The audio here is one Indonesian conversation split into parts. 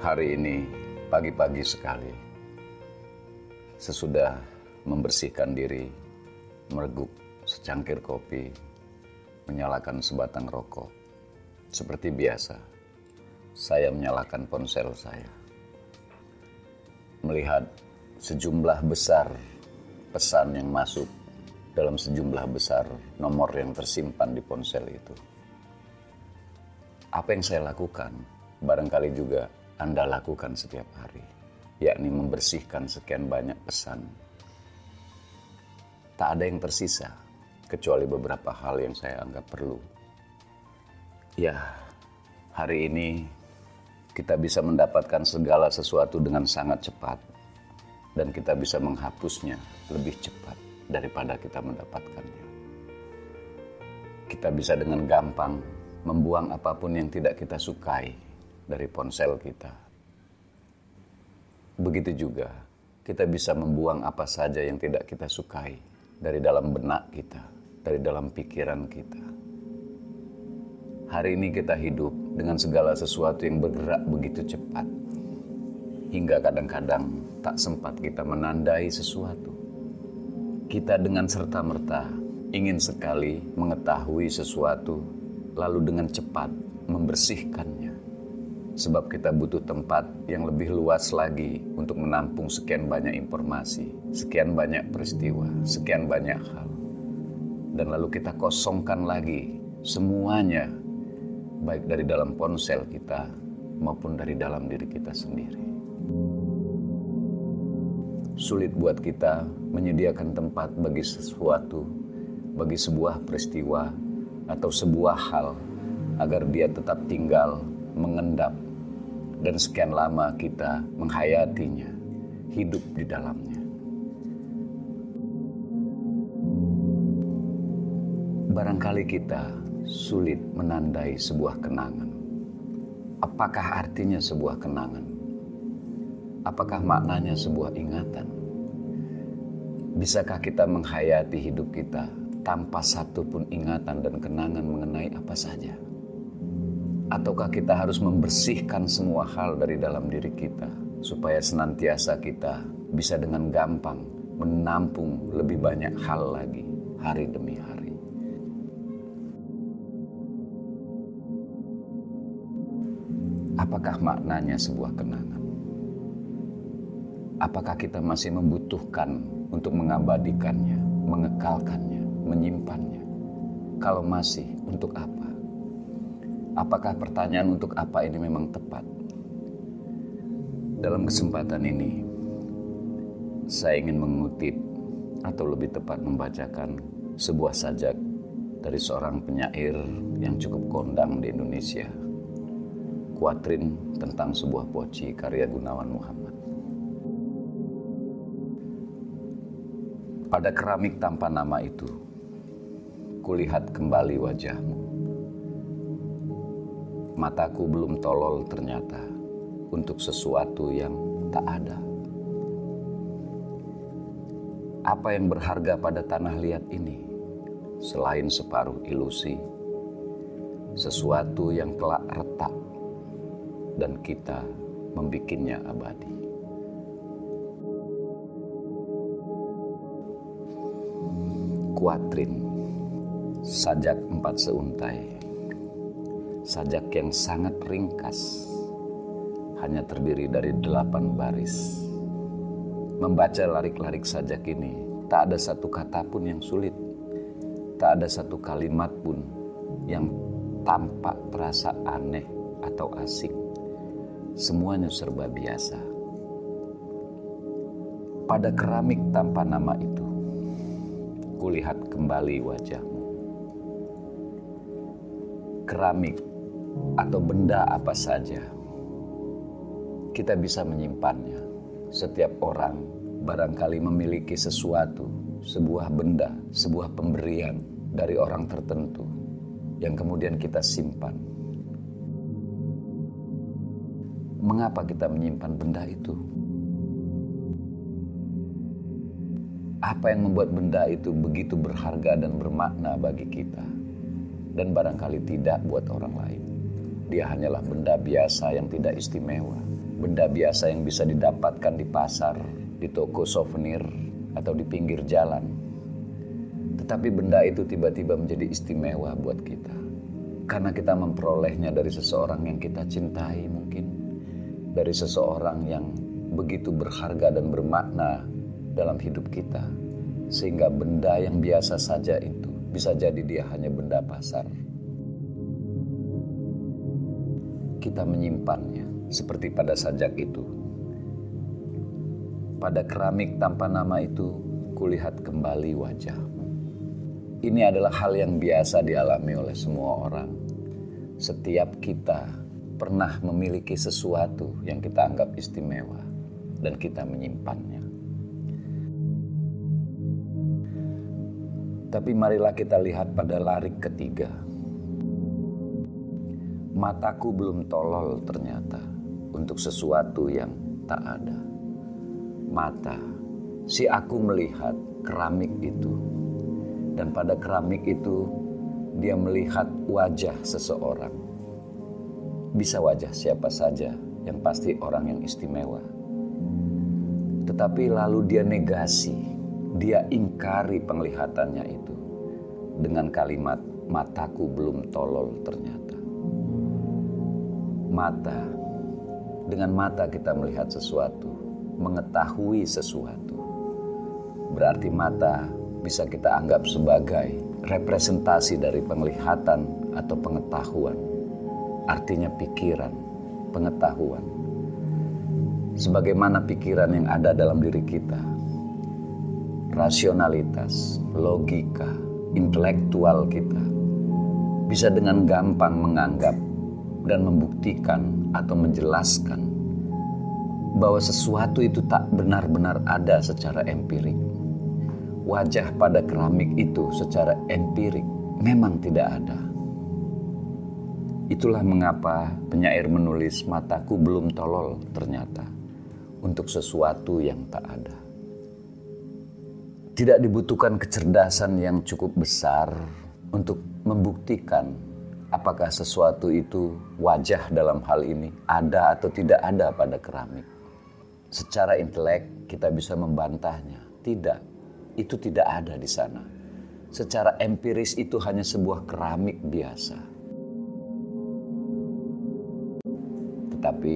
Hari ini pagi-pagi sekali, sesudah membersihkan diri, mereguk secangkir kopi, menyalakan sebatang rokok. Seperti biasa, saya menyalakan ponsel saya. Melihat sejumlah besar pesan yang masuk dalam sejumlah besar nomor yang tersimpan di ponsel itu. Apa yang saya lakukan, barangkali juga Anda lakukan setiap hari, yakni membersihkan sekian banyak pesan. Tak ada yang tersisa, kecuali beberapa hal yang saya anggap perlu. Ya, hari ini kita bisa mendapatkan segala sesuatu dengan sangat cepat, dan kita bisa menghapusnya lebih cepat daripada kita mendapatkannya. Kita bisa dengan gampang membuang apapun yang tidak kita sukai dari ponsel kita. Begitu juga kita bisa membuang apa saja yang tidak kita sukai dari dalam benak kita, dari dalam pikiran kita. Hari ini kita hidup dengan segala sesuatu yang bergerak begitu cepat, hingga kadang-kadang tak sempat kita menandai sesuatu. Kita dengan serta-merta ingin sekali mengetahui sesuatu, lalu dengan cepat membersihkannya. Sebab kita butuh tempat yang lebih luas lagi untuk menampung sekian banyak informasi, sekian banyak peristiwa, sekian banyak hal. Dan lalu kita kosongkan lagi semuanya, baik dari dalam ponsel kita maupun dari dalam diri kita sendiri. Sulit buat kita menyediakan tempat bagi sesuatu, bagi sebuah peristiwa atau sebuah hal agar dia tetap tinggal, mengendap, dan sekian lama kita menghayatinya, hidup di dalamnya. Barangkali kita sulit menandai sebuah kenangan. Apakah artinya sebuah kenangan? Apakah maknanya sebuah ingatan? Bisakah kita menghayati hidup kita tanpa satu pun ingatan dan kenangan mengenai apa saja? Ataukah kita harus membersihkan semua hal dari dalam diri kita supaya senantiasa kita bisa dengan gampang menampung lebih banyak hal lagi hari demi hari? Apakah maknanya sebuah kenangan? Apakah kita masih membutuhkan untuk mengabadikannya, mengekalkannya, menyimpannya? Kalau masih, untuk apa? Apakah pertanyaan untuk apa ini memang tepat? Dalam kesempatan ini, saya ingin mengutip atau lebih tepat membacakan sebuah sajak dari seorang penyair yang cukup kondang di Indonesia. Kuatrin tentang sebuah poci karya Gunawan Muhammad. Pada keramik tanpa nama itu, kulihat kembali wajahmu. Mataku belum tolol ternyata untuk sesuatu yang tak ada. Apa yang berharga pada tanah liat ini selain separuh ilusi, sesuatu yang kelak retak dan kita membikinnya abadi. Kuatrin, sajak 4 seuntai. Sajak yang sangat ringkas, hanya terdiri dari 8 baris. Membaca larik-larik sajak ini, tak ada satu kata pun yang sulit. Tak ada satu kalimat pun yang tampak terasa aneh atau asing. Semuanya serba biasa. Pada keramik tanpa nama itu, kulihat kembali wajahmu. Keramik atau benda apa saja, kita bisa menyimpannya. Setiap orang barangkali memiliki sesuatu, sebuah benda, sebuah pemberian dari orang tertentu yang kemudian kita simpan. Mengapa kita menyimpan benda itu? Apa yang membuat benda itu begitu berharga dan bermakna bagi kita, dan barangkali tidak buat orang lain? Dia hanyalah benda biasa yang tidak istimewa. benda biasa yang bisa didapatkan di pasar, di toko souvenir, atau di pinggir jalan. Tetapi benda itu tiba-tiba menjadi istimewa buat kita. Karena kita memperolehnya dari seseorang yang kita cintai mungkin. Dari seseorang yang begitu berharga dan bermakna dalam hidup kita. Sehingga benda yang biasa saja itu bisa jadi dia hanya benda pasar. Kita menyimpannya seperti pada sajak itu. Pada keramik tanpa nama itu, kulihat kembali wajahmu. Ini adalah hal yang biasa dialami oleh semua orang. Setiap kita pernah memiliki sesuatu yang kita anggap istimewa dan kita menyimpannya. Tapi marilah kita lihat pada larik ketiga. Mataku belum tolol ternyata untuk sesuatu yang tak ada. Mata, si aku melihat keramik itu. Dan pada keramik itu, dia melihat wajah seseorang. Bisa wajah siapa saja, yang pasti orang yang istimewa. Tetapi lalu dia negasi. Dia ingkari penglihatannya itu dengan kalimat, mataku belum tolol ternyata. Mata, dengan mata kita melihat sesuatu, mengetahui sesuatu. Berarti mata bisa kita anggap sebagai representasi dari penglihatan atau pengetahuan. Artinya pikiran, pengetahuan. Sebagaimana pikiran yang ada dalam diri kita. Rasionalitas, logika, intelektual kita bisa dengan gampang menganggap dan membuktikan atau menjelaskan bahwa sesuatu itu tak benar-benar ada secara empirik. Wajah pada keramik itu secara empirik memang tidak ada. Itulah mengapa penyair menulis mataku belum tolol ternyata untuk sesuatu yang tak ada. Tidak dibutuhkan kecerdasan yang cukup besar untuk membuktikan apakah sesuatu itu wajah dalam hal ini ada atau tidak ada pada keramik. Secara intelek kita bisa membantahnya. Tidak, itu tidak ada di sana. Secara empiris itu hanya sebuah keramik biasa. Tetapi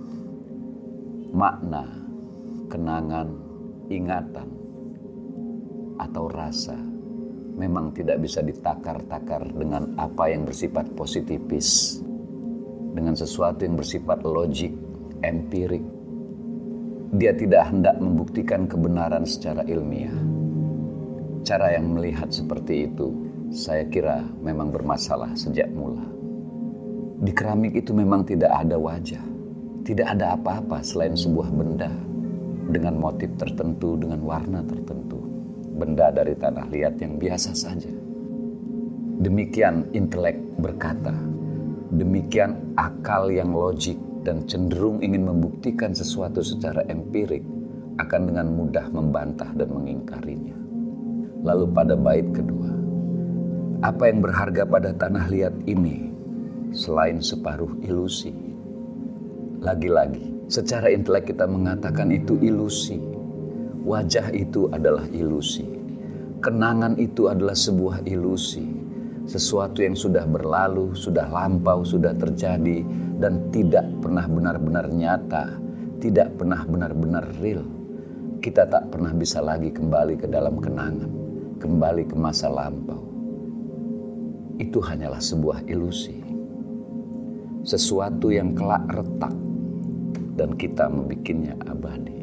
makna, kenangan, ingatan, atau rasa memang tidak bisa ditakar-takar dengan apa yang bersifat positifis, dengan sesuatu yang bersifat logik, empirik. Dia tidak hendak membuktikan kebenaran secara ilmiah. Cara yang melihat seperti itu, saya kira memang bermasalah sejak mula. Di keramik itu memang tidak ada wajah, tidak ada apa-apa selain sebuah benda dengan motif tertentu, dengan warna tertentu. Benda dari tanah liat yang biasa saja. Demikian intelek berkata, demikian akal yang logik dan cenderung ingin membuktikan sesuatu secara empirik akan dengan mudah membantah dan mengingkarinya. Lalu pada bait kedua, apa yang berharga pada tanah liat ini selain separuh ilusi? Lagi-lagi, secara intelek kita mengatakan itu ilusi. Wajah itu adalah ilusi. Kenangan itu adalah sebuah ilusi. Sesuatu yang sudah berlalu, sudah lampau, sudah terjadi, dan tidak pernah benar-benar nyata, tidak pernah benar-benar real. Kita tak pernah bisa lagi kembali ke dalam kenangan, kembali ke masa lampau. Itu hanyalah sebuah ilusi. Sesuatu yang kelak retak, dan kita membikinnya abadi.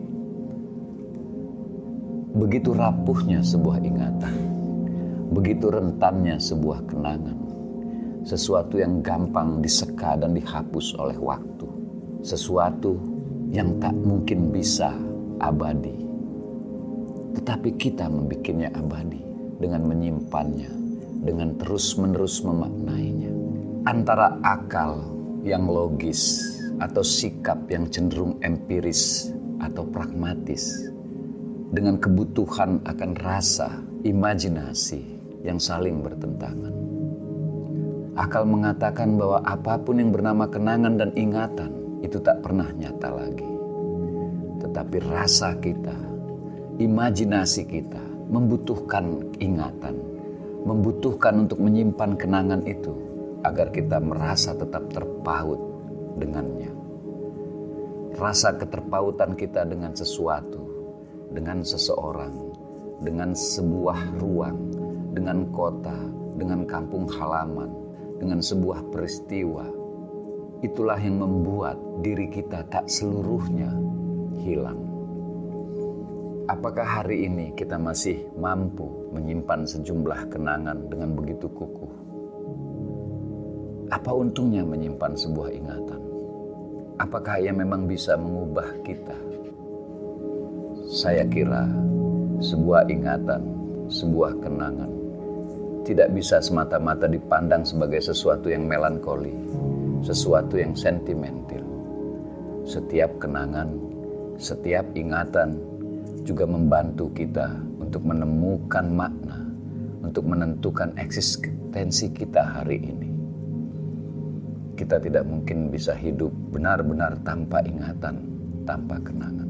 Begitu rapuhnya sebuah ingatan, begitu rentannya sebuah kenangan, sesuatu yang gampang diseka dan dihapus oleh waktu, sesuatu yang tak mungkin bisa abadi. Tetapi kita membikinnya abadi dengan menyimpannya, dengan terus-menerus memaknainya. Antara akal yang logis atau sikap yang cenderung empiris atau pragmatis, dengan kebutuhan akan rasa, imajinasi yang saling bertentangan. Akal mengatakan bahwa apapun yang bernama kenangan dan ingatan itu tak pernah nyata lagi. Tetapi rasa kita, imajinasi kita membutuhkan ingatan, membutuhkan untuk menyimpan kenangan itu agar kita merasa tetap terpaut dengannya. Rasa keterpautan kita dengan sesuatu, dengan seseorang, dengan sebuah ruang, dengan kota, dengan kampung halaman, dengan sebuah peristiwa, itulah yang membuat diri kita tak seluruhnya hilang. Apakah hari ini kita masih mampu menyimpan sejumlah kenangan dengan begitu kukuh? Apa untungnya menyimpan sebuah ingatan? Apakah ia memang bisa mengubah kita? Saya kira sebuah ingatan, sebuah kenangan tidak bisa semata-mata dipandang sebagai sesuatu yang melankoli, sesuatu yang sentimental. Setiap kenangan, setiap ingatan juga membantu kita untuk menemukan makna, untuk menentukan eksistensi kita hari ini. Kita tidak mungkin bisa hidup benar-benar tanpa ingatan, tanpa kenangan.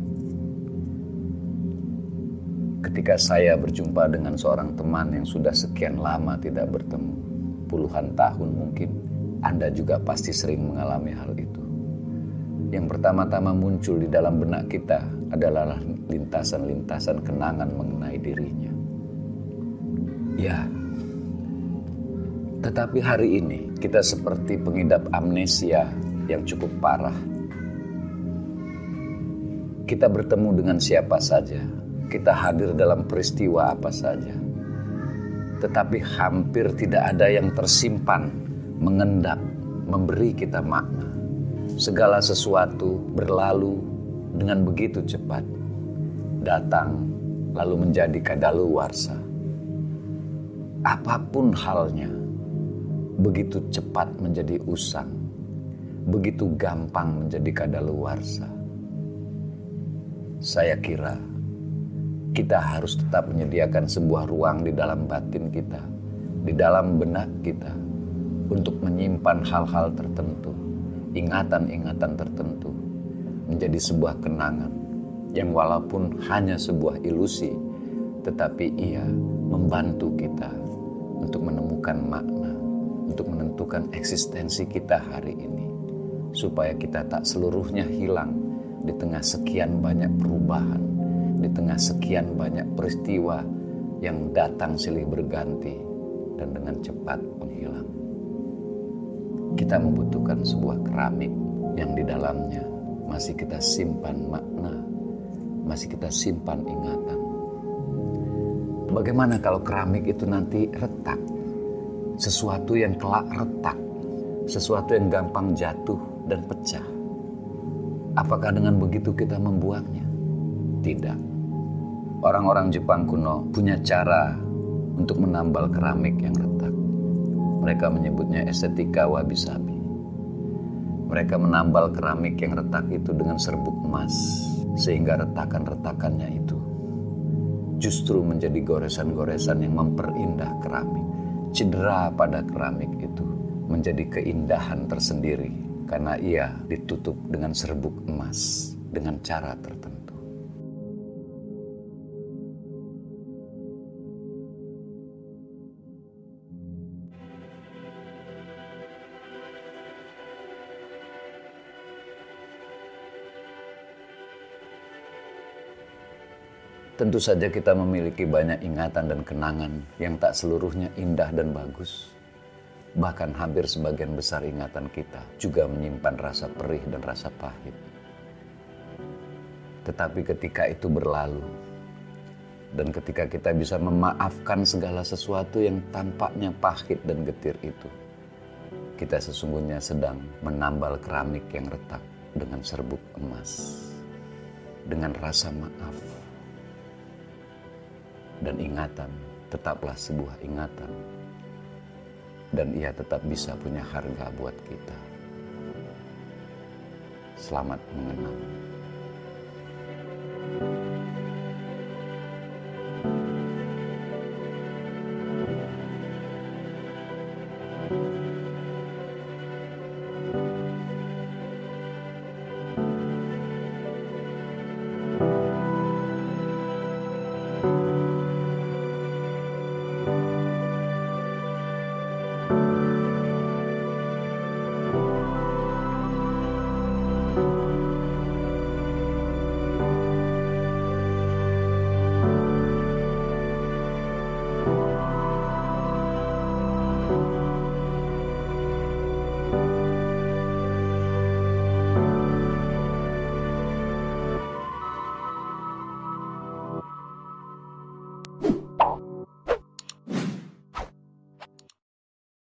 Ketika saya berjumpa dengan seorang teman yang sudah sekian lama tidak bertemu, puluhan tahun mungkin, Anda juga pasti sering mengalami hal itu. Yang pertama-tama muncul di dalam benak kita adalah lintasan-lintasan kenangan mengenai dirinya. Ya, tetapi hari ini kita seperti pengidap amnesia yang cukup parah. Kita bertemu dengan siapa saja, kita hadir dalam peristiwa apa saja, tetapi hampir tidak ada yang tersimpan, mengendap, memberi kita makna. Segala sesuatu berlalu dengan begitu cepat, datang lalu menjadi kadaluwarsa. Apapun halnya, begitu cepat menjadi usang, begitu gampang menjadi kadaluwarsa. Saya kira kita harus tetap menyediakan sebuah ruang di dalam batin kita, di dalam benak kita, untuk menyimpan hal-hal tertentu, ingatan-ingatan tertentu, menjadi sebuah kenangan yang walaupun hanya sebuah ilusi, tetapi ia membantu kita untuk menemukan makna, untuk menentukan eksistensi kita hari ini, supaya kita tak seluruhnya hilang di tengah sekian banyak perubahan, di tengah sekian banyak peristiwa yang datang silih berganti dan dengan cepat menghilang. Kita membutuhkan sebuah keramik yang di dalamnya masih kita simpan makna, masih kita simpan ingatan. Bagaimana kalau keramik itu nanti retak? Sesuatu yang kelak retak, sesuatu yang gampang jatuh dan pecah. Apakah dengan begitu kita membuangnya? Tidak. Orang-orang Jepang kuno punya cara untuk menambal keramik yang retak. Mereka menyebutnya estetika wabi-sabi. Mereka menambal keramik yang retak itu dengan serbuk emas, sehingga retakan-retakannya itu justru menjadi goresan-goresan yang memperindah keramik. Cedera pada keramik itu menjadi keindahan tersendiri karena ia ditutup dengan serbuk emas dengan cara tertentu. Tentu saja kita memiliki banyak ingatan dan kenangan yang tak seluruhnya indah dan bagus. Bahkan hampir sebagian besar ingatan kita juga menyimpan rasa perih dan rasa pahit. Tetapi ketika itu berlalu, dan ketika kita bisa memaafkan segala sesuatu yang tampaknya pahit dan getir itu, kita sesungguhnya sedang menambal keramik yang retak dengan serbuk emas, dengan rasa maaf. Dan ingatan tetaplah sebuah ingatan, dan ia tetap bisa punya harga buat kita. Selamat mengenal.